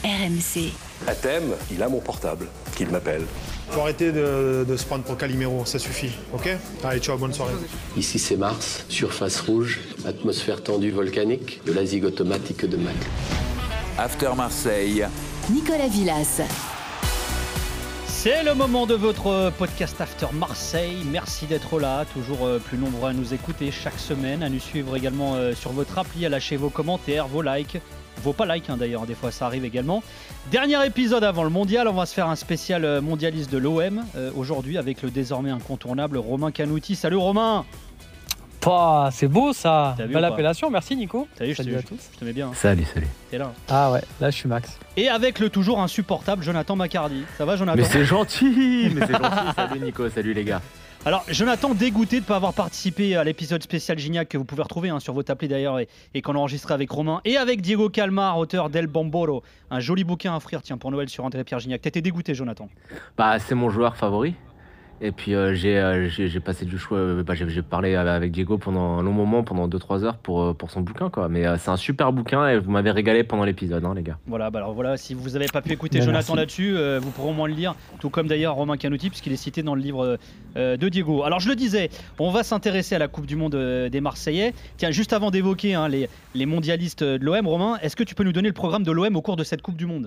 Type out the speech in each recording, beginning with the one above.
RMC. À thème, il a mon portable, qu'il m'appelle. Faut arrêter de se prendre pour Calimero, ça suffit, ok? Allez, ciao, bonne soirée. Ici c'est Mars, surface rouge, atmosphère tendue volcanique, de la zig automatique de Mac. After Marseille. Nicolas Villas. C'est le moment de votre podcast After Marseille. Merci d'être là, toujours plus nombreux à nous écouter chaque semaine, à nous suivre également sur votre appli, à lâcher vos commentaires, vos likes. Vos pas likes d'ailleurs, des fois ça arrive également. Dernier épisode avant le mondial, on va se faire un spécial mondialiste de l'OM aujourd'hui avec le désormais incontournable Romain Canouti. Salut Romain! C'est beau ça, belle appellation, merci Nico. Salut à tous. Je te mets bien. Salut. T'es là. Ah ouais, là je suis Max. Et avec le toujours insupportable Jonathan Macardy. Ça va Jonathan? Mais c'est gentil. Salut Nico, salut les gars. Alors Jonathan, dégoûté de ne pas avoir participé à l'épisode spécial Gignac que vous pouvez retrouver sur votre appli d'ailleurs et qu'on a enregistré avec Romain et avec Diego Calmar, auteur d'El Bambolo, un joli bouquin à offrir pour Noël sur André-Pierre Gignac. T'étais dégoûté Jonathan? C'est mon joueur favori. Et puis j'ai passé du choix, j'ai parlé avec Diego pendant un long moment, pendant 2-3 heures pour son bouquin quoi. Mais c'est un super bouquin et vous m'avez régalé pendant l'épisode les gars. Voilà, si vous n'avez pas pu écouter Jonathan là-dessus, vous pourrez au moins le lire, tout comme d'ailleurs Romain Canouti puisqu'il est cité dans le livre de Diego. Alors je le disais, on va s'intéresser à la Coupe du Monde des Marseillais. Tiens, juste avant d'évoquer les mondialistes de l'OM, Romain, est-ce que tu peux nous donner le programme de l'OM au cours de cette Coupe du Monde ?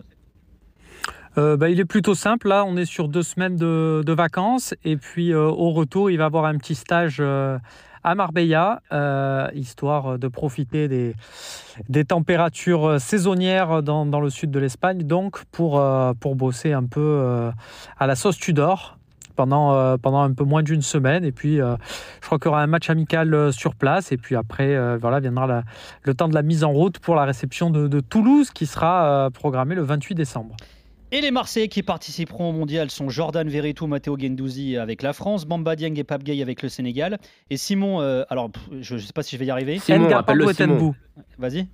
Il est plutôt simple, là on est sur 2 semaines de vacances et puis au retour il va avoir un petit stage à Marbella, histoire de profiter des températures saisonnières dans le sud de l'Espagne, donc pour bosser un peu à la sauce Tudor pendant un peu moins d'une semaine. Et puis je crois qu'il y aura un match amical sur place et puis après viendra le temps de la mise en route pour la réception de Toulouse qui sera programmée le 28 décembre. Et les Marseillais qui participeront au mondial sont Jordan Veretout, Matteo Guendouzi avec la France, Bamba Dieng et Pape Gueye avec le Sénégal. Et Simon, je ne sais pas si je vais y arriver. Simon, appelle-le Simon. Vas-y.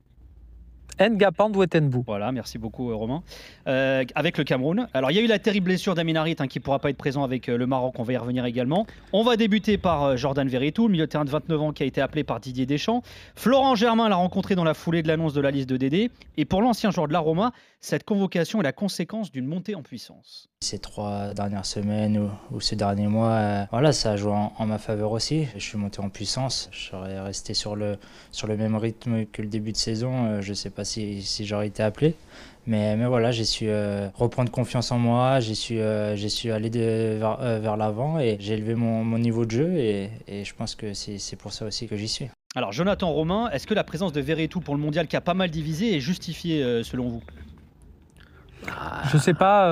Nga Pandou-Etenbou. Voilà, merci beaucoup Romain. Avec le Cameroun. Alors il y a eu la terrible blessure d'Amin Harit qui ne pourra pas être présent avec le Maroc, on va y revenir également. On va débuter par Jordan Veretout, le milieu de terrain de 29 ans qui a été appelé par Didier Deschamps. Florent Germain l'a rencontré dans la foulée de l'annonce de la liste de Dédé. Et pour l'ancien joueur de la Roma, cette convocation est la conséquence d'une montée en puissance. Ces 3 dernières semaines ou ce dernier mois, ça a joué en ma faveur aussi. Je suis monté en puissance. Je serais resté sur le même rythme que le début de saison. Je ne sais pas si j'aurais été appelé. Mais voilà, j'ai su reprendre confiance en moi. J'ai su aller vers l'avant et j'ai élevé mon niveau de jeu. Et je pense que c'est pour ça aussi que j'y suis. Alors Jonathan, Romain, est-ce que la présence de Veretout pour le mondial qui a pas mal divisé est justifiée selon vous ? Je sais pas.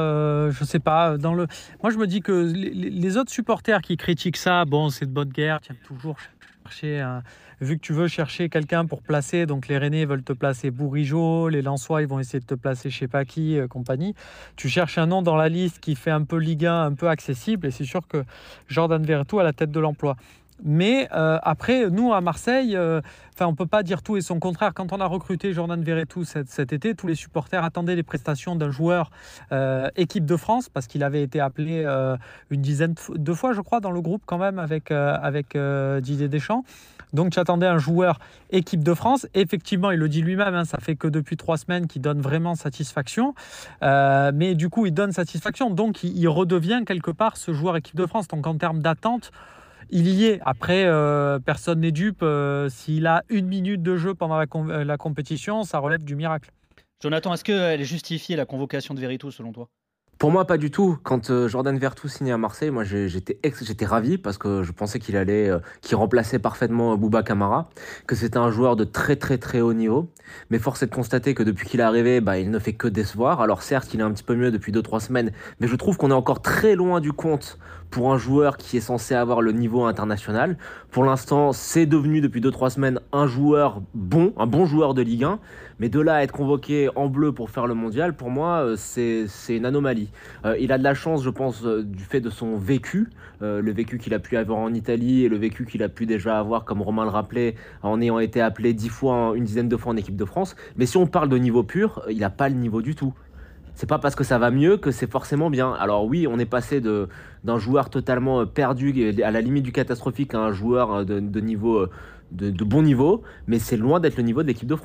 Moi, je me dis que les autres supporters qui critiquent ça, c'est de bonne guerre. Tu aimes toujours chercher, vu que tu veux chercher quelqu'un pour placer. Donc les Rennais veulent te placer Bourigeaud, les Lensois ils vont essayer de te placer je sais pas qui, compagnie. Tu cherches un nom dans la liste qui fait un peu Ligue 1, un peu accessible, et c'est sûr que Jordan Veretout a la tête de l'emploi. Mais après, nous à Marseille, on peut pas dire tout et son contraire. Quand on a recruté Jordan Veretout cet été, tous les supporters attendaient les prestations d'un joueur équipe de France, parce qu'il avait été appelé une dizaine de fois, je crois, dans le groupe quand même avec Didier Deschamps. Donc tu attendais un joueur équipe de France. Effectivement, il le dit lui-même, ça fait que depuis 3 semaines qu'il donne vraiment satisfaction. Mais du coup, il donne satisfaction, donc il redevient quelque part ce joueur équipe de France. Donc en termes d'attente, il y est. Après, personne n'est dupe. S'il a 1 minute de jeu pendant la compétition, ça relève du miracle. Jonathan, est-ce qu'elle est justifiée la convocation de Veretout selon toi ? Pour moi, pas du tout. Quand Jordan Veretout signait à Marseille, moi j'étais ravi parce que je pensais qu'il remplaçait parfaitement Bouba Camara, que c'était un joueur de très très très haut niveau. Mais force est de constater que depuis qu'il est arrivé, il ne fait que décevoir. Alors certes, il est un petit peu mieux depuis 2-3 semaines, mais je trouve qu'on est encore très loin du compte pour un joueur qui est censé avoir le niveau international. Pour l'instant, c'est devenu depuis 2-3 semaines un bon joueur de Ligue 1. Mais de là à être convoqué en bleu pour faire le mondial, pour moi, c'est une anomalie. Il a de la chance, je pense, du fait de son vécu, le vécu qu'il a pu avoir en Italie et le vécu qu'il a pu déjà avoir, comme Romain le rappelait, en ayant été appelé 10 fois, une dizaine de fois en équipe de France. Mais si on parle de niveau pur, il n'a pas le niveau du tout. C'est pas parce que ça va mieux que c'est forcément bien. Alors oui, on est passé d'un joueur totalement perdu, à la limite du catastrophique, à un joueur de bon niveau, mais c'est loin d'être le niveau de l'équipe de France.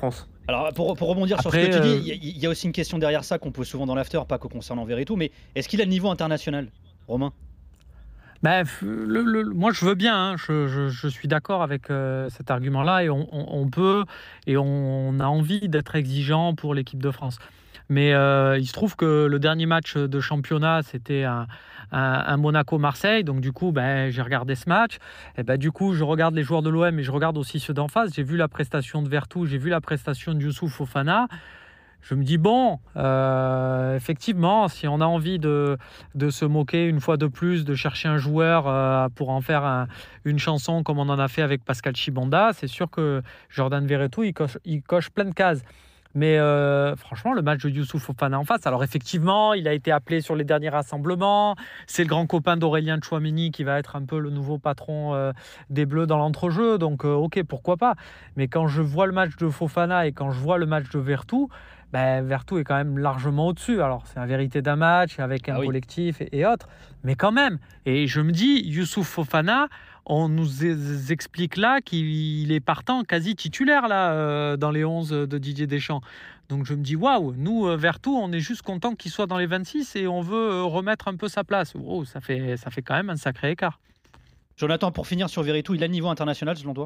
Alors pour rebondir sur ce Après, que tu dis, il y a aussi une question derrière ça qu'on pose souvent dans l'after, pas que concernant Verretou, mais est-ce qu'il a le niveau international, Romain ? Ben, moi, je veux bien. Hein. Je suis d'accord avec cet argument-là et on peut et on a envie d'être exigeant pour l'équipe de France. Mais il se trouve que le dernier match de championnat, c'était un Monaco-Marseille. Donc, du coup, j'ai regardé ce match. Et du coup, je regarde les joueurs de l'OM et je regarde aussi ceux d'en face. J'ai vu la prestation de Verretou, j'ai vu la prestation de Youssouf Fofana. Je me dis, bon, effectivement, si on a envie de se moquer une fois de plus, de chercher un joueur pour en faire une chanson comme on en a fait avec Pascal Chibanda, c'est sûr que Jordan Verretou, il coche plein de cases. Mais franchement, le match de Youssouf Fofana en face, alors effectivement, il a été appelé sur les derniers rassemblements. C'est le grand copain d'Aurélien Tchouaméni qui va être un peu le nouveau patron des Bleus dans l'entrejeu. Donc, ok, pourquoi pas. Mais quand je vois le match de Fofana et quand je vois le match de Verretou, Verretou est quand même largement au-dessus. Alors, c'est la vérité d'un match avec un collectif et autres. Mais quand même. Et je me dis, Youssouf Fofana, on nous explique là qu'il est partant quasi titulaire là, dans les 11 de Didier Deschamps. Donc je me dis, waouh, nous, Verretou, on est juste content qu'il soit dans les 26 et on veut remettre un peu sa place. Oh, ça fait quand même un sacré écart. Jonathan, pour finir sur Verretou, il a le niveau international selon toi ?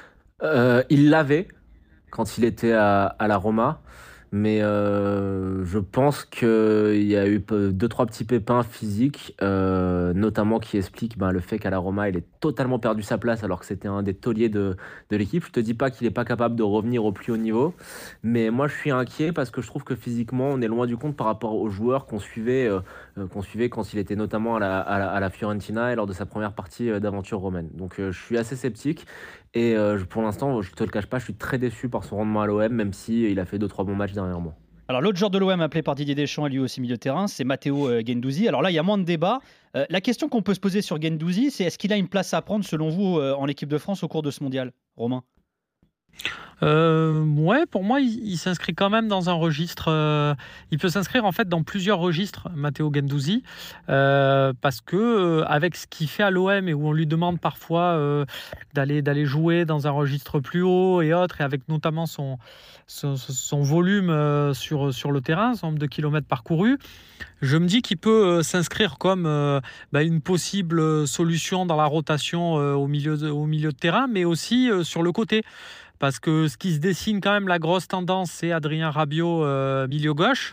Il l'avait quand il était à la Roma. Mais je pense qu'il y a eu 2-3 petits pépins physiques, notamment qui expliquent le fait qu'à la Roma, il ait totalement perdu sa place alors que c'était un des tauliers de l'équipe. Je te dis pas qu'il n'est pas capable de revenir au plus haut niveau, mais moi je suis inquiet parce que je trouve que physiquement, on est loin du compte par rapport aux joueurs qu'on suivait quand il était notamment à la Fiorentina et lors de sa première partie d'aventure romaine. Donc je suis assez sceptique. Et pour l'instant, je ne te le cache pas, je suis très déçu par son rendement à l'OM, même s'il a fait 2-3 bons matchs dernièrement. Alors l'autre joueur de l'OM appelé par Didier Deschamps et lui aussi milieu de terrain, c'est Matteo Guendouzi. Alors là, il y a moins de débat. La question qu'on peut se poser sur Guendouzi, c'est est-ce qu'il a une place à prendre selon vous en équipe de France au cours de ce mondial, Romain ? Ouais, pour moi, il s'inscrit quand même dans un registre. Il peut s'inscrire en fait dans plusieurs registres, Matteo Guendouzi, parce que avec ce qu'il fait à l'OM et où on lui demande parfois d'aller jouer dans un registre plus haut et autres, et avec notamment son volume sur le terrain, son nombre de kilomètres parcourus, je me dis qu'il peut s'inscrire comme une possible solution dans la rotation au milieu de terrain, mais aussi sur le côté. Parce que ce qui se dessine quand même, la grosse tendance, c'est Adrien Rabiot, milieu gauche.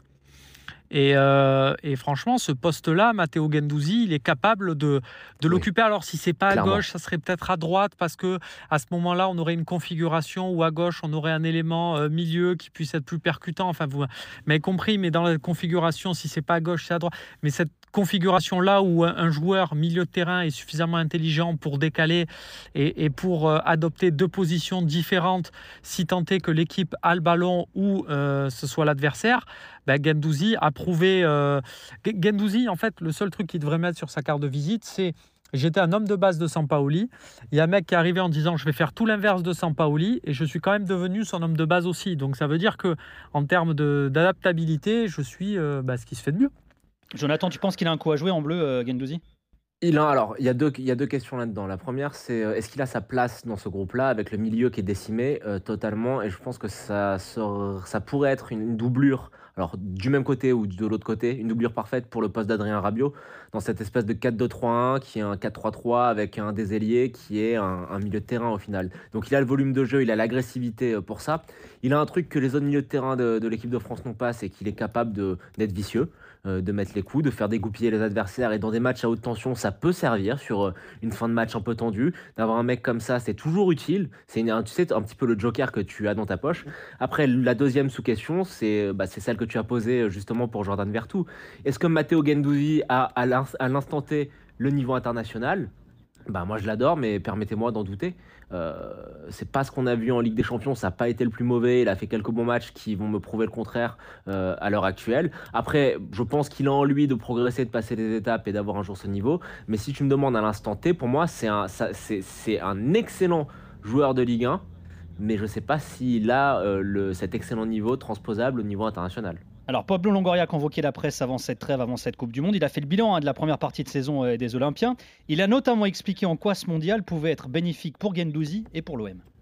Et franchement, ce poste-là, Matteo Guendouzi, il est capable de l'occuper. Alors, si c'est pas clairement à gauche, ça serait peut-être à droite, parce que à ce moment-là, on aurait une configuration où à gauche, on aurait un élément milieu qui puisse être plus percutant. Enfin, vous m'avez compris, mais dans la configuration, si c'est pas à gauche, c'est à droite. Mais cette configuration-là où un joueur milieu de terrain est suffisamment intelligent pour décaler et pour adopter deux positions différentes, si tant est que l'équipe a le ballon ou ce soit l'adversaire, Guendouzi a prouvé. Guendouzi, en fait, le seul truc qu'il devrait mettre sur sa carte de visite, c'est j'étais un homme de base de Sampaoli. Il y a un mec qui est arrivé en disant je vais faire tout l'inverse de Sampaoli et je suis quand même devenu son homme de base aussi. Donc ça veut dire que en termes d'adaptabilité, je suis ce qui se fait de mieux. Jonathan, tu penses qu'il a un coup à jouer en bleu, Guendouzi ? Il y a deux questions là-dedans. La première, c'est est-ce qu'il a sa place dans ce groupe-là avec le milieu qui est décimé totalement, et je pense que ça pourrait être une doublure, alors du même côté ou de l'autre côté, une doublure parfaite pour le poste d'Adrien Rabiot dans cette espèce de 4-2-3-1 qui est un 4-3-3 avec un des ailiers qui est un milieu de terrain au final. Donc il a le volume de jeu, il a l'agressivité pour ça. Il a un truc que les autres milieux de terrain de l'équipe de France n'ont pas, c'est qu'il est capable d'être vicieux, de mettre les coups, de faire dégoupiller les adversaires, et dans des matchs à haute tension, ça peut servir sur une fin de match un peu tendue. D'avoir un mec comme ça, c'est toujours utile. C'est tu sais, un petit peu le joker que tu as dans ta poche. Après, la deuxième sous-question, c'est celle que tu as posée justement pour Jordan Verretou. Est-ce que Matteo Guendouzi a à l'instant T le niveau international ? Moi je l'adore, mais permettez-moi d'en douter. C'est pas ce qu'on a vu en Ligue des Champions, ça n'a pas été le plus mauvais. Il a fait quelques bons matchs qui vont me prouver le contraire à l'heure actuelle. Après, je pense qu'il a en lui de progresser, de passer des étapes et d'avoir un jour ce niveau. Mais si tu me demandes à l'instant T, pour moi c'est un excellent joueur de Ligue 1, mais je ne sais pas s'il a cet excellent niveau transposable au niveau international. Alors Pablo Longoria a convoqué la presse avant cette trêve, avant cette Coupe du Monde. Il a fait le bilan de la première partie de saison des Olympiens. Il a notamment expliqué en quoi ce mondial pouvait être bénéfique pour Guendouzi et pour l'OM.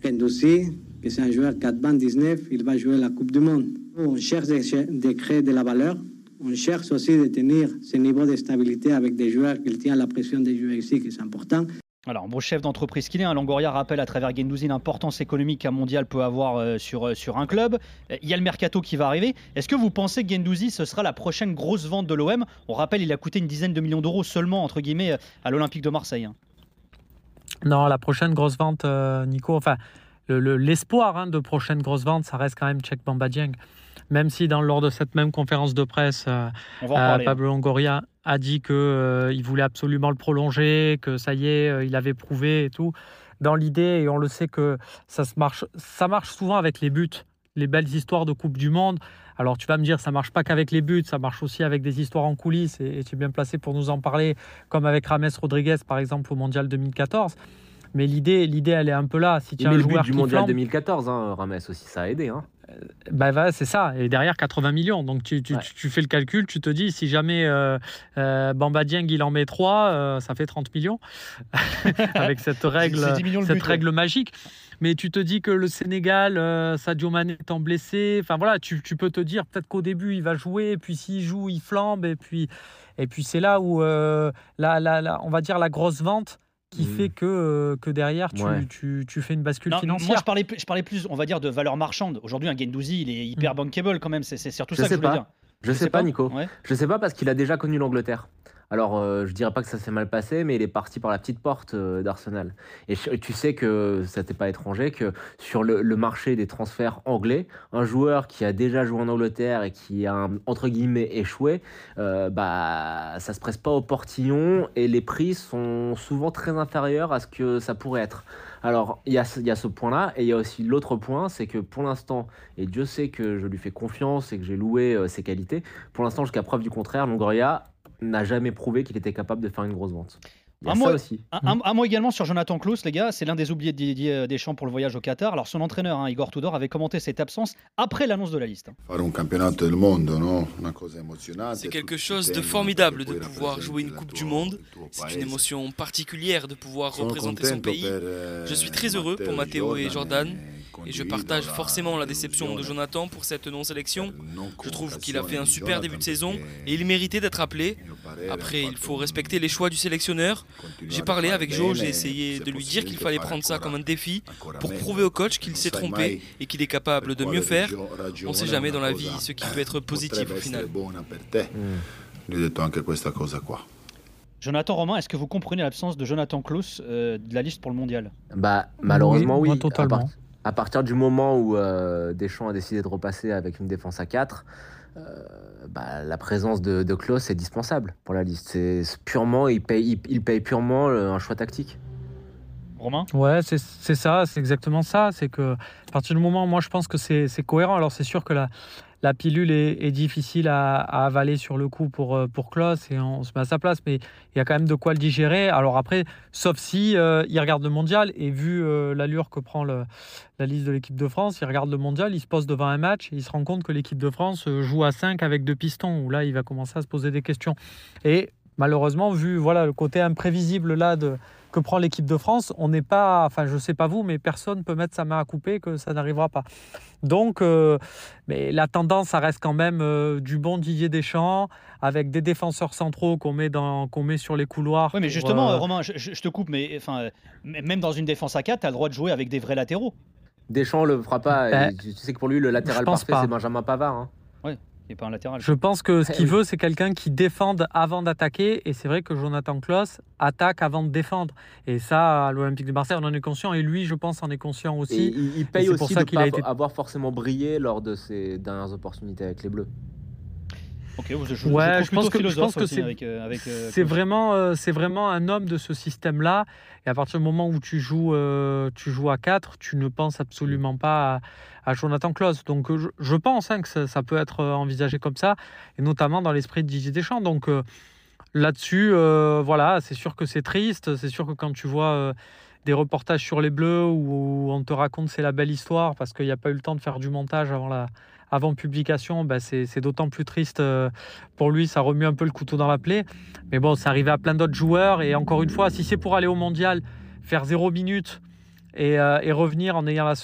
Guendouzi, que c'est un joueur 4-19, il va jouer la Coupe du Monde. On cherche de créer de la valeur. On cherche aussi de tenir ce niveau de stabilité avec des joueurs qui tiennent la pression des joueurs ici, qui c'est important. Alors, beau chef d'entreprise qu'il est, Longoria rappelle à travers Guendouzi l'importance économique qu'un mondial peut avoir sur un club. Il y a le mercato qui va arriver. Est-ce que vous pensez que Guendouzi, ce sera la prochaine grosse vente de l'OM ? On rappelle, il a coûté une dizaine de millions d'euros seulement, entre guillemets, à l'Olympique de Marseille. Non, la prochaine grosse vente, Nico, enfin, l'espoir de prochaine grosse vente, ça reste quand même Cheikh Bamba Dieng. Même si lors de cette même conférence de presse, Pablo Longoria a dit qu'il voulait absolument le prolonger, que ça y est, il avait prouvé et tout. Dans l'idée, et on le sait que ça marche souvent avec les buts, les belles histoires de Coupe du Monde. Alors tu vas me dire, ça ne marche pas qu'avec les buts, ça marche aussi avec des histoires en coulisses, et tu es bien placé pour nous en parler, comme avec James Rodriguez par exemple au Mondial 2014. Mais l'idée, elle est un peu là. Si tu as un joueur le but du Mondial 2014, James aussi, ça a aidé. C'est ça. Et derrière, 80 millions. Donc, tu fais le calcul, tu te dis, si jamais Bamba Dieng, il en met 3, ça fait 30 millions. Avec cette règle magique. Mais tu te dis que le Sénégal, Sadio Mané étant blessé, enfin voilà, tu peux te dire peut-être qu'au début, il va jouer, et puis s'il joue, il flambe. Et puis c'est là où, on va dire, la grosse vente qui fait que derrière, tu fais une bascule financière. Moi, je parlais plus, on va dire, de valeur marchande. Aujourd'hui, un Guendouzi, il est hyper bankable quand même. C'est surtout ça que je voulais dire. Je sais pas, Nico. Ouais. Je sais pas parce qu'il a déjà connu l'Angleterre. Alors, je dirais pas que ça s'est mal passé, mais il est parti par la petite porte d'Arsenal. Et tu sais que ça t'est pas étranger que sur le marché des transferts anglais, un joueur qui a déjà joué en Angleterre et qui a entre guillemets échoué, ça se presse pas au portillon et les prix sont souvent très inférieurs à ce que ça pourrait être. Alors, il y a ce point-là, et il y a aussi l'autre point, c'est que pour l'instant, et Dieu sait que je lui fais confiance et que j'ai loué ses qualités, pour l'instant, jusqu'à preuve du contraire, Longoria n'a jamais prouvé qu'il était capable de faire une grosse vente. Un mot également sur Jonathan Klaus, les gars, c'est l'un des oubliés de Didier Deschamps pour le voyage au Qatar. Alors son entraîneur, Igor Tudor, avait commenté cette absence après l'annonce de la liste. C'est quelque chose de formidable de pouvoir jouer une Coupe du Monde. C'est une émotion particulière de pouvoir représenter son pays. Je suis très heureux pour Matteo et Jordan. Et je partage forcément la déception de Jonathan pour cette non-sélection. Je trouve qu'il a fait un super début de saison et il méritait d'être appelé. Après, il faut respecter les choix du sélectionneur. J'ai parlé avec Joe, j'ai essayé de lui dire qu'il fallait prendre ça comme un défi pour prouver au coach qu'il s'est trompé et qu'il est capable de mieux faire. On ne sait jamais dans la vie ce qui peut être positif au final. Jonathan Romain, est-ce que vous comprenez l'absence de Jonathan Klaus de la liste pour le mondial ? Malheureusement, oui. Totalement. À partir du moment où Deschamps a décidé de repasser avec une défense à 4, la présence de Klaus est dispensable pour la liste. C'est purement, il paye purement un choix tactique. Romain ? Ouais, c'est ça, c'est exactement ça. C'est que à partir du moment, moi je pense que c'est cohérent. Alors c'est sûr que la pilule est difficile à avaler sur le coup pour Klaus et on se met à sa place, mais il y a quand même de quoi le digérer. Alors après, sauf si il regarde le mondial et vu l'allure que prend la liste de l'équipe de France, il regarde le mondial, il se pose devant un match et il se rend compte que l'équipe de France joue à 5 avec 2 pistons, où là il va commencer à se poser des questions. Et malheureusement, vu le côté imprévisible là que prend l'équipe de France, on n'est pas, enfin je sais pas vous, mais personne peut mettre sa main à couper que ça n'arrivera pas. Donc, mais la tendance, ça reste quand même du bon Didier Deschamps, avec des défenseurs centraux qu'on met sur les couloirs. Oui, mais justement, Romain, je te coupe, mais même dans une défense à 4, tu as le droit de jouer avec des vrais latéraux. Deschamps le fera pas. Tu sais que pour lui, le latéral parfait, c'est Benjamin Pavard. Oui. Et pas un latéral. Je pense que ce qu'il veut, c'est quelqu'un qui défende avant d'attaquer. Et c'est vrai que Jonathan Klaus attaque avant de défendre. Et ça, à l'Olympique de Marseille, on en est conscient. Et lui, je pense, en est conscient aussi. Et il paye aussi pour ça de ne pas avoir forcément brillé lors de ses dernières opportunités avec les Bleus. Ok, je pense que c'est vraiment un homme de ce système-là. Et à partir du moment où tu joues à 4, tu ne penses absolument pas à Jonathan Klaus. Donc je pense que ça peut être envisagé comme ça, et notamment dans l'esprit de Didier Deschamps. Donc là-dessus, c'est sûr que c'est triste. C'est sûr que quand tu vois des reportages sur les Bleus où on te raconte c'est la belle histoire parce qu'il n'y a pas eu le temps de faire du montage avant publication, c'est d'autant plus triste pour lui, ça remue un peu le couteau dans la plaie. Mais bon, c'est arrivé à plein d'autres joueurs. Et encore une fois, si c'est pour aller au mondial, faire 0 minutes et revenir en ayant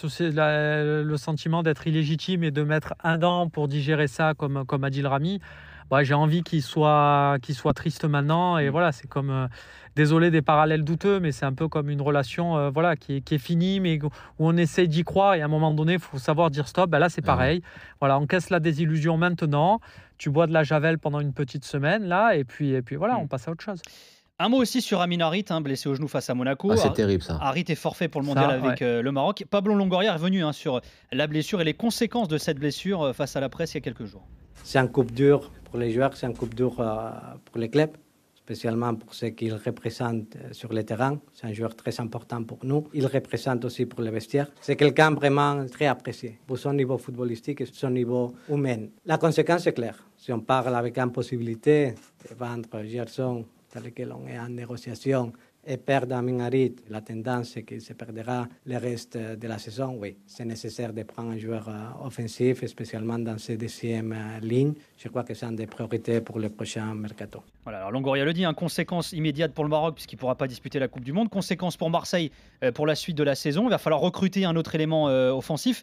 le sentiment d'être illégitime et de mettre un an pour digérer ça, comme Adil Rami. J'ai envie qu'il soit triste maintenant. Et voilà, c'est comme... désolé des parallèles douteux, mais c'est un peu comme une relation qui est finie, mais où on essaie d'y croire. Et à un moment donné, il faut savoir dire stop. Là, c'est pareil. Voilà, on casse la désillusion maintenant. Tu bois de la javel pendant une petite semaine, là, et puis voilà, on passe à autre chose. Un mot aussi sur Amin Harit, blessé au genou face à Monaco. C'est terrible ça. Harit est forfait pour le mondial avec le Maroc. Pablo Longoria est revenu sur la blessure et les conséquences de cette blessure face à la presse il y a quelques jours. C'est un coup dur pour les joueurs, c'est un coup dur pour les clubs, spécialement pour ceux qu'il représente sur le terrain. C'est un joueur très important pour nous. Il représente aussi pour les vestiaires. C'est quelqu'un vraiment très apprécié pour son niveau footballistique et son niveau humain. La conséquence est claire. Si on parle avec impossibilité de vendre Gerson, dans lequel on est en négociation, et perdre Amin Harit, la tendance c'est qu'il se perdra le reste de la saison. Oui, c'est nécessaire de prendre un joueur offensif, spécialement dans ces deuxièmes lignes. Je crois que c'est une des priorités pour le prochain mercato. Voilà, alors Longoria le dit, conséquence immédiate pour le Maroc puisqu'il ne pourra pas disputer la Coupe du Monde. Conséquence pour Marseille pour la suite de la saison. Il va falloir recruter un autre élément offensif.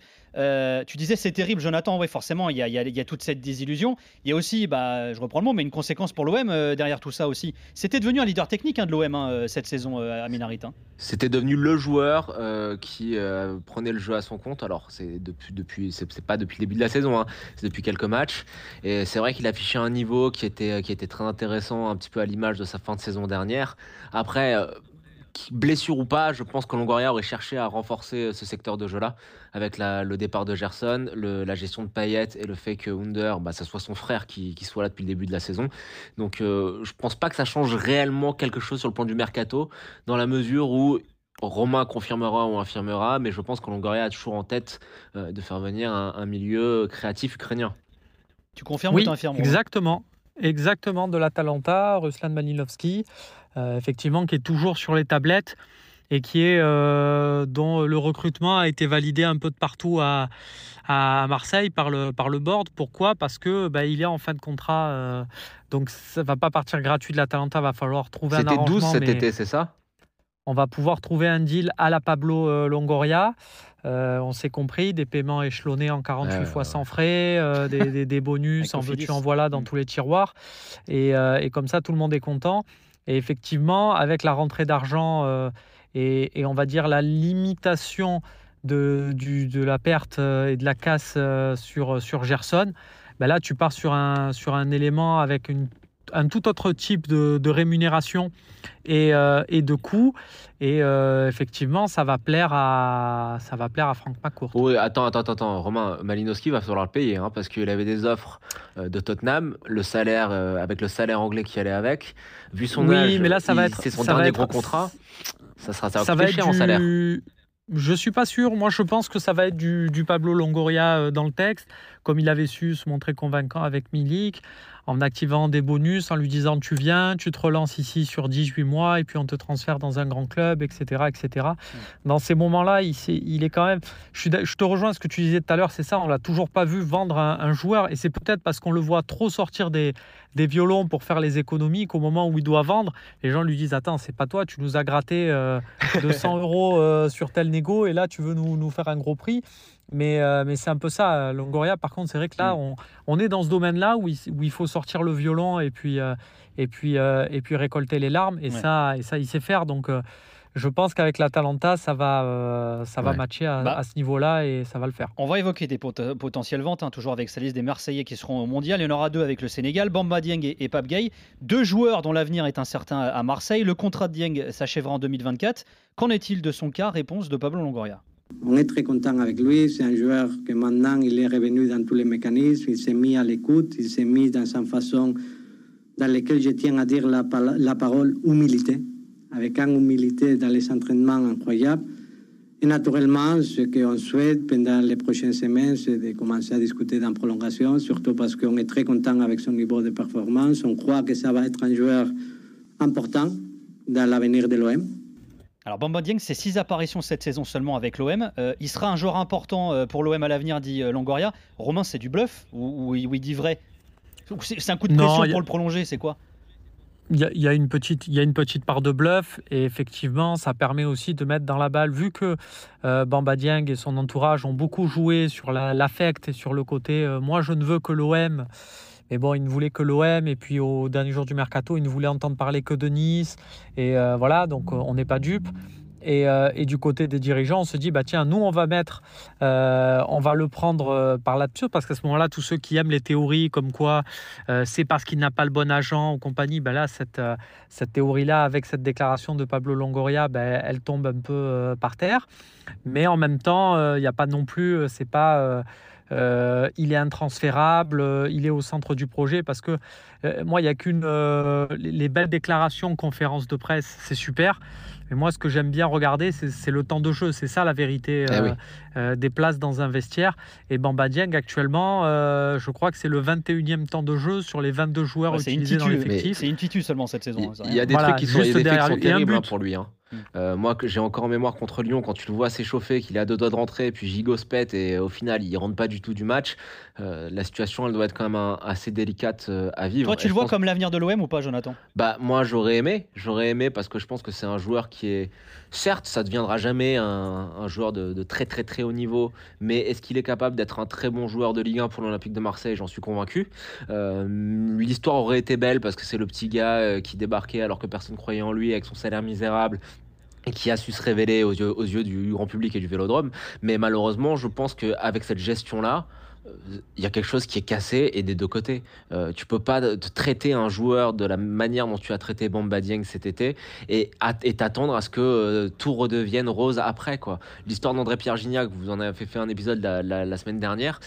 Tu disais c'est terrible, Jonathan. Oui, forcément, il y a toute cette désillusion. Il y a aussi, je reprends le mot, mais une conséquence pour l'OM derrière tout ça aussi. C'était devenu un leader technique de l'OM cette saison, Amin Harit. C'était devenu le joueur qui prenait le jeu à son compte. Alors c'est pas depuis le début de la saison, c'est depuis quelques matchs. Et c'est vrai qu'il affichait un niveau qui était très intéressant, un petit peu à l'image de sa fin de saison dernière. Après, blessure ou pas, je pense que Longoria aurait cherché à renforcer ce secteur de jeu-là avec le départ de Gerson, la gestion de Payet et le fait que Under, ça soit son frère qui soit là depuis le début de la saison. Donc je pense pas que ça change réellement quelque chose sur le plan du mercato, dans la mesure où Romain confirmera ou infirmera, mais je pense que Longoria a toujours en tête de faire venir un milieu créatif ukrainien. Tu confirmes ou tu infirmes? Exactement, de l'Atalanta, Ruslan Malinovski, effectivement, qui est toujours sur les tablettes et qui est dont le recrutement a été validé un peu de partout à Marseille par le board. Pourquoi ? Parce que il est en fin de contrat, donc ça va pas partir gratuit de l'Atalanta, va falloir trouver un arrangement. C'était 12 cet été, c'est ça ? On va pouvoir trouver un deal à la Pablo Longoria. On s'est compris, des paiements échelonnés en 48 fois sans frais, des bonus, en veux-tu, en voilà, dans tous les tiroirs. Et comme ça, tout le monde est content. Et effectivement, avec la rentrée d'argent et on va dire la limitation de la perte et de la casse sur Gerson, là, tu pars sur un élément avec un tout autre type de rémunération et de coûts. Et effectivement, ça va plaire à Franck McCourt. Oui, attends, Romain, Malinowski va falloir le payer parce qu'il avait des offres de Tottenham, le salaire avec le salaire anglais qui allait avec. Vu son âge, mais là, c'est son dernier gros contrat. Ça va coûter cher en salaire. Je suis pas sûr. Moi, je pense que ça va être du Pablo Longoria dans le texte, comme il avait su se montrer convaincant avec Milik, en activant des bonus, en lui disant tu viens, tu te relances ici sur 18 mois et puis on te transfère dans un grand club, etc. etc. Dans ces moments-là, il est quand même... Je te rejoins à ce que tu disais tout à l'heure, c'est ça, on l'a toujours pas vu vendre un joueur et c'est peut-être parce qu'on le voit trop sortir des violons pour faire les économies qu'au moment où il doit vendre, les gens lui disent attends, c'est pas toi, tu nous as gratté 200 € sur tel négo et là tu veux nous faire un gros prix. Mais c'est un peu ça, Longoria. Par contre, c'est vrai que là, on est dans ce domaine-là où il faut sortir le violon et puis récolter les larmes. Et ça, il sait faire. Donc, je pense qu'avec l'Atalanta, ça va matcher à ce niveau-là et ça va le faire. On va évoquer des potentielles ventes, toujours avec sa liste des Marseillais qui seront au Mondial. Il y en aura 2 avec le Sénégal, Bamba Dieng et Pape Gueye. 2 joueurs dont l'avenir est incertain à Marseille. Le contrat de Dieng s'achèvera en 2024. Qu'en est-il de son cas ? Réponse de Pablo Longoria. On est très content avec lui. C'est un joueur que maintenant, il est revenu dans tous les mécanismes. Il s'est mis à l'écoute. Il s'est mis dans une façon dans laquelle je tiens à dire la parole humilité. Avec une humilité dans les entraînements incroyable. Et naturellement, ce qu'on souhaite pendant les prochaines semaines, c'est de commencer à discuter d'une prolongation, surtout parce qu'on est très content avec son niveau de performance. On croit que ça va être un joueur important dans l'avenir de l'OM. Alors Bamba Dieng, c'est 6 apparitions cette saison seulement avec l'OM. Il sera un joueur important pour l'OM à l'avenir, dit Longoria. Romain, c'est du bluff ou il dit vrai ? C'est un coup de pression pour le prolonger, c'est quoi ? Il y a une petite part de bluff et effectivement, ça permet aussi de mettre dans la balle, vu que Bamba Dieng et son entourage ont beaucoup joué sur l'affect et sur le côté moi je ne veux que l'OM. Mais bon, il ne voulait que l'OM et puis au dernier jour du mercato, il ne voulait entendre parler que de Nice. Et voilà, donc on n'est pas dupes. Et du côté des dirigeants, on se dit, bah tiens, nous, on va le prendre par là-dessus, parce qu'à ce moment-là, tous ceux qui aiment les théories comme quoi c'est parce qu'il n'a pas le bon agent ou compagnie, bah là, cette théorie-là, avec cette déclaration de Pablo Longoria, bah, elle tombe un peu par terre. Mais en même temps, il n'y a pas non plus, c'est pas... il est intransférable, il est au centre du projet, parce que moi, il n'y a les belles déclarations, conférences de presse, c'est super. Mais moi, ce que j'aime bien regarder, c'est le temps de jeu. C'est ça la vérité des places dans un vestiaire. Et Bamba Dieng, actuellement, je crois que c'est le 21e temps de jeu sur les 22 joueurs utilisés dans l'effectif. C'est une titu seulement cette saison. Il y a des trucs qui sont terribles pour lui. Moi, que j'ai encore en mémoire contre Lyon, quand tu le vois s'échauffer, qu'il est à 2 doigts de rentrer, puis Gigot se pète et au final, il rentre pas du tout du match. La situation, elle doit être quand même assez délicate à vivre. Toi, tu le vois comme l'avenir de l'OM ou pas, Jonathan ? Bah, moi, j'aurais aimé parce que je pense que c'est un joueur qui est... Certes, ça ne deviendra jamais un joueur de très très très haut niveau, mais est-ce qu'il est capable d'être un très bon joueur de Ligue 1 pour l'Olympique de Marseille ? J'en suis convaincu. L'histoire aurait été belle parce que c'est le petit gars qui débarquait alors que personne croyait en lui, avec son salaire misérable, et qui a su se révéler aux yeux du grand public et du Vélodrome. Mais malheureusement, je pense qu'avec cette gestion-là, il y a quelque chose qui est cassé, et des deux côtés. Tu peux pas traiter un joueur de la manière dont tu as traité Bamba Dieng cet été et t'attendre à ce que tout redevienne rose après, quoi. L'histoire d'André-Pierre Gignac, vous en avez fait un épisode la semaine dernière,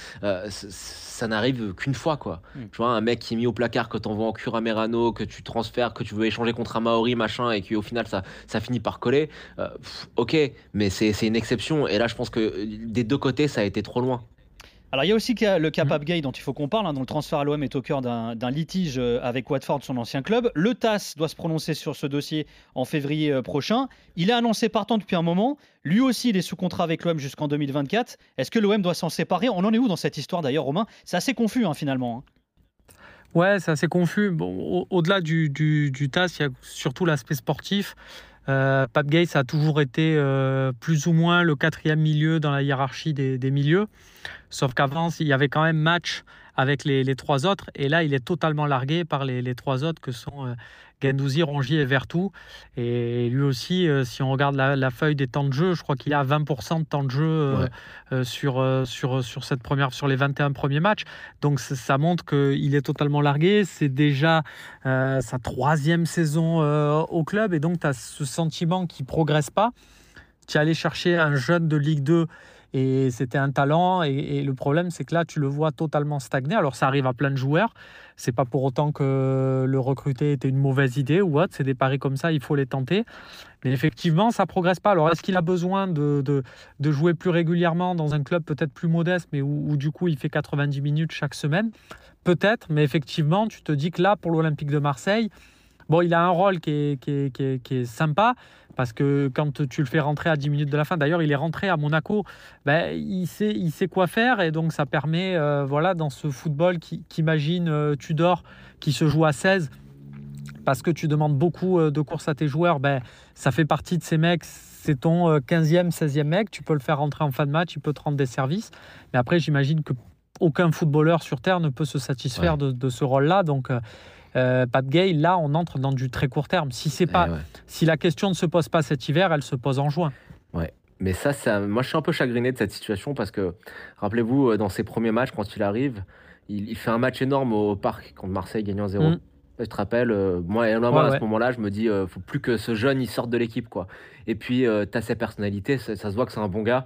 ça n'arrive qu'une fois, quoi. Tu vois, un mec qui est mis au placard, que t'envoies en cure à Merano, que tu transfères, que tu veux échanger contre un Maori, machin, et qu'au final ça finit par coller. Ok, mais c'est une exception, et là je pense que des deux côtés ça a été trop loin. Alors il y a aussi le cas Pape Gueye dont il faut qu'on parle, dont le transfert à l'OM est au cœur d'un litige avec Watford, son ancien club. Le TAS doit se prononcer sur ce dossier en février prochain. Il est annoncé partant depuis un moment. Lui aussi, il est sous contrat avec l'OM jusqu'en 2024. Est-ce que l'OM doit s'en séparer ? On en est où dans cette histoire d'ailleurs, Romain ? C'est assez confus finalement. Ouais, c'est assez confus. Bon, au-delà du TAS, il y a surtout l'aspect sportif. Pape Gueye, ça a toujours été plus ou moins le 4e milieu dans la hiérarchie des milieux. Sauf qu'avant, il y avait quand même match avec les 3 autres. Et là, il est totalement largué par les 3 autres que sont Guendouzi, Rongier et Vertou. Et lui aussi, si on regarde la feuille des temps de jeu, je crois qu'il a 20% de temps de jeu sur les 21 premiers matchs. Donc ça montre qu'il est totalement largué. C'est déjà sa 3e saison au club. Et donc tu as ce sentiment qu'il ne progresse pas. Tu es allé chercher un jeune de Ligue 2 et c'était un talent, et le problème c'est que là tu le vois totalement stagner. Alors ça arrive à plein de joueurs, c'est pas pour autant que le recruter était une mauvaise idée ou autre, c'est des paris comme ça, il faut les tenter, mais effectivement ça progresse pas. Alors est-ce qu'il a besoin de jouer plus régulièrement dans un club peut-être plus modeste, mais où du coup il fait 90 minutes chaque semaine? Peut-être, mais effectivement tu te dis que là pour l'Olympique de Marseille, bon, il a un rôle qui est sympa, parce que quand tu le fais rentrer à 10 minutes de la fin, d'ailleurs il est rentré à Monaco, il sait quoi faire, et donc ça permet, dans ce football qu'imagine Tudor, qui se joue à 16, parce que tu demandes beaucoup de courses à tes joueurs, ça fait partie de ces mecs, c'est ton 15e, 16e mec, tu peux le faire rentrer en fin de match, il peut te rendre des services, mais après j'imagine qu'aucun footballeur sur Terre ne peut se satisfaire de ce rôle-là, donc... Pape Gueye, là on entre dans du très court terme. Si la question ne se pose pas cet hiver, elle se pose en juin. Ouais, mais moi je suis un peu chagriné de cette situation, parce que rappelez-vous, dans ses premiers matchs, quand il arrive, il fait un match énorme au Parc contre Marseille, gagnant 0. Je te rappelle, moi à ce moment-là, je me dis, faut plus que ce jeune il sorte de l'équipe, quoi. Et puis t'as sa personnalité, ça se voit que c'est un bon gars.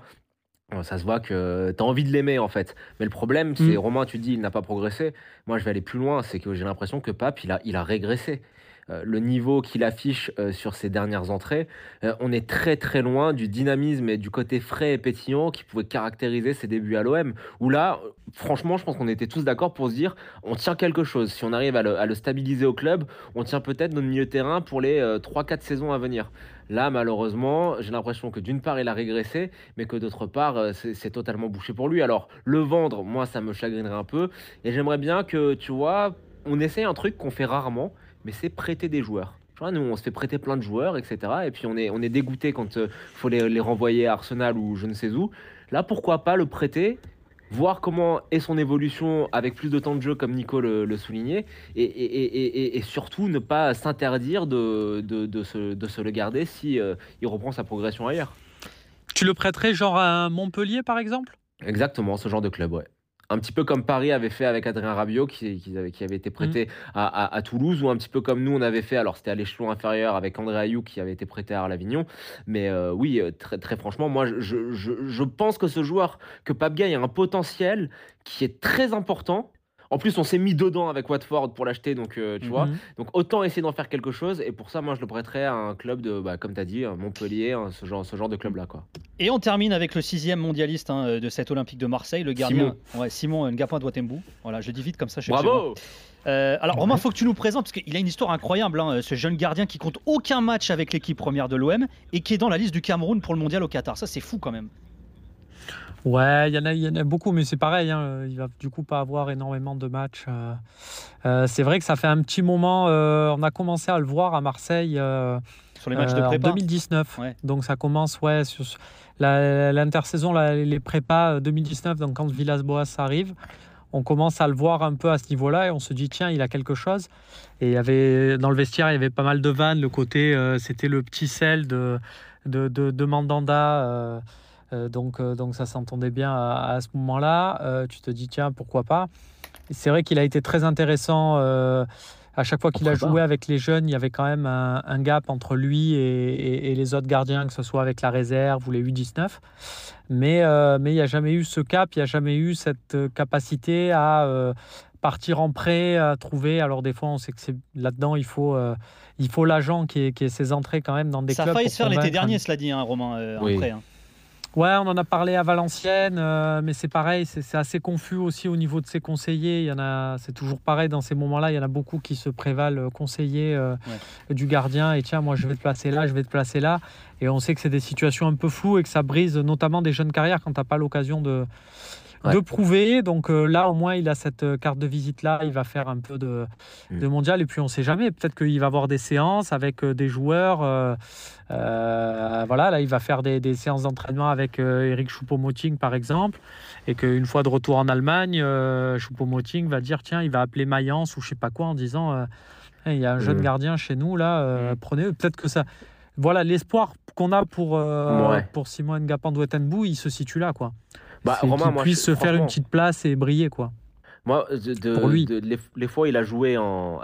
Ça se voit que tu as envie de l'aimer, en fait. Mais le problème, c'est, Romain, tu dis, il n'a pas progressé. Moi, je vais aller plus loin. C'est que j'ai l'impression que Pape, il a régressé. Le niveau qu'il affiche sur ses dernières entrées, on est très très loin du dynamisme et du côté frais et pétillant qui pouvait caractériser ses débuts à l'OM. Où là, franchement, je pense qu'on était tous d'accord pour se dire, on tient quelque chose. Si on arrive à le stabiliser au club, on tient peut-être notre milieu de terrain pour les 3-4 saisons à venir. Là, malheureusement, j'ai l'impression que d'une part, il a régressé, mais que d'autre part, c'est totalement bouché pour lui. Alors, le vendre, moi, ça me chagrinerait un peu. Et j'aimerais bien que, tu vois, on essaye un truc qu'on fait rarement, mais c'est prêter des joueurs. Tu vois, nous, on se fait prêter plein de joueurs, etc. Et puis, on est dégoûté quand il faut les renvoyer à Arsenal ou je ne sais où. Là, pourquoi pas le prêter, voir comment est son évolution avec plus de temps de jeu, comme Nico le soulignait, et surtout ne pas s'interdire de se le garder si il reprend sa progression ailleurs. Tu le prêterais genre à Montpellier, par exemple ? Exactement, ce genre de club, ouais. Un petit peu comme Paris avait fait avec Adrien Rabiot, qui avait été prêté à Toulouse, ou un petit peu comme nous, on avait fait, alors c'était à l'échelon inférieur avec André Ayew, qui avait été prêté à Arles-Avignon. Mais oui, très, très franchement, moi, je pense que ce joueur, que Pape Gueye a un potentiel qui est très important. En plus, on s'est mis dedans avec Watford pour l'acheter, donc tu vois. Donc autant essayer d'en faire quelque chose. Et pour ça, moi, je le prêterais à un club de, comme tu as dit, Montpellier, ce genre de club-là, quoi. Et on termine avec le 6e mondialiste de cet Olympique de Marseille, le gardien Simon Ngapin Douatembou. Voilà, je le dis vite comme ça. Bravo. Alors Romain, faut que tu nous présentes, parce qu'il a une histoire incroyable, ce jeune gardien qui compte aucun match avec l'équipe première de l'OM et qui est dans la liste du Cameroun pour le mondial au Qatar. Ça, c'est fou quand même. Ouais, il y en a beaucoup, mais c'est pareil, hein, il va du coup pas avoir énormément de matchs. C'est vrai que ça fait un petit moment, on a commencé à le voir à Marseille sur les matchs de prépa en 2019. Ouais. Donc ça commence sur l'intersaison, les prépas 2019, donc quand Villas-Boas arrive, on commence à le voir un peu à ce niveau-là et on se dit tiens, il a quelque chose. Et il y avait, dans le vestiaire, il y avait pas mal de vannes, le côté c'était le petit sel de Mandanda. Donc ça s'entendait bien à ce moment-là. Tu te dis, tiens, pourquoi pas. Et c'est vrai qu'il a été très intéressant. À chaque fois qu'il a joué avec les jeunes, il y avait quand même un gap entre lui et les autres gardiens, que ce soit avec la réserve ou les U19. Mais il n'y a jamais eu ce cap, il n'y a jamais eu cette capacité à partir en prêt, à trouver. Alors des fois, on sait que là-dedans, il faut l'agent qui ait ses entrées quand même dans des clubs. Ça a failli se faire l'été dernier, cela dit, Romain, en prêt. Ouais, on en a parlé à Valenciennes, mais c'est pareil, c'est assez confus aussi au niveau de ses conseillers. C'est toujours pareil dans ces moments-là, il y en a beaucoup qui se prévalent conseillers du gardien. Et tiens, moi je vais te placer là, je vais te placer là. Et on sait que c'est des situations un peu floues et que ça brise notamment des jeunes carrières quand tu n'as pas l'occasion de prouver. Donc là, au moins, il a cette carte de visite-là. Il va faire un peu de mondial. Et puis, on ne sait jamais. Peut-être qu'il va avoir des séances avec des joueurs. Voilà, là, il va faire des séances d'entraînement avec Eric Choupo-Moting, par exemple. Et qu'une fois de retour en Allemagne, Choupo-Moting va dire, tiens, il va appeler Mayence ou je ne sais pas quoi en disant, il y a un jeune gardien chez nous, là, prenez-le. Peut-être que ça... Voilà, l'espoir qu'on a pour Simon Ngapin Douatembou, il se situe là, quoi. Romain, qu'il puisse se faire une petite place et briller, quoi. Moi, pour lui. Les fois où il a joué en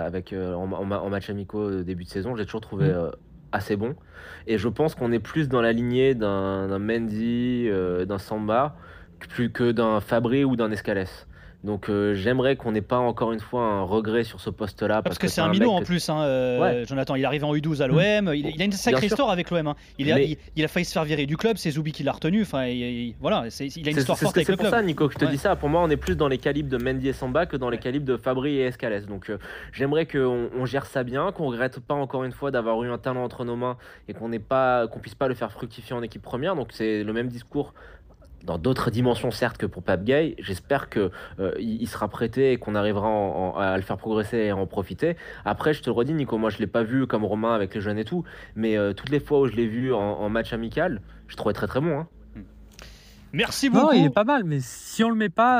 match amicaux début de saison, j'ai toujours trouvé assez bon. Et je pense qu'on est plus dans la lignée d'un Mendy, d'un Samba, plus que d'un Fabri ou d'un Escalès. Donc j'aimerais qu'on n'ait pas encore une fois un regret sur ce poste-là. Parce que c'est un minot en plus, Jonathan. Il arrive en U12 à l'OM. Il a une sacrée histoire avec l'OM. Il a failli se faire virer du club. C'est Zoubi qui l'a retenu. Enfin, voilà, il a une histoire forte avec le club. C'est pour ça, Nico, que je te dis ça. Pour moi, on est plus dans les calibres de Mendy et Samba que dans les calibres de Fabri et Escalès. Donc j'aimerais qu'on gère ça bien, qu'on ne regrette pas encore une fois d'avoir eu un talent entre nos mains et qu'on puisse pas le faire fructifier en équipe première. Donc c'est le même discours dans d'autres dimensions, certes, que pour Pape Gueye. J'espère qu'il sera prêté et qu'on arrivera à le faire progresser et à en profiter. Après, je te le redis, Nico, moi, je ne l'ai pas vu comme Romain avec les jeunes et tout, mais toutes les fois où je l'ai vu en match amical, je trouvais très, très bon. Hein. Merci beaucoup. Non, il est pas mal, mais si on ne le met pas,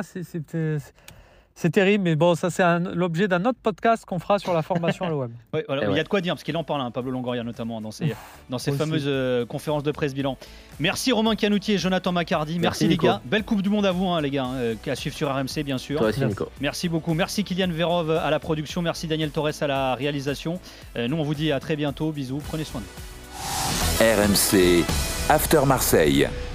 c'est terrible. Mais bon, ça, c'est l'objet d'un autre podcast qu'on fera sur la formation à l'OM. Voilà, il y a de quoi dire, parce qu'il en parle, Pablo Longoria, notamment, dans ses fameuses conférences de presse bilan. Merci Romain Canoutier et Jonathan Macardy. Merci les gars. Belle Coupe du Monde à vous, les gars, à suivre sur RMC, bien sûr. Toi aussi, Nico. Merci beaucoup. Merci Kylian Verov à la production. Merci Daniel Torres à la réalisation. Nous, on vous dit à très bientôt. Bisous. Prenez soin de vous. RMC After Marseille.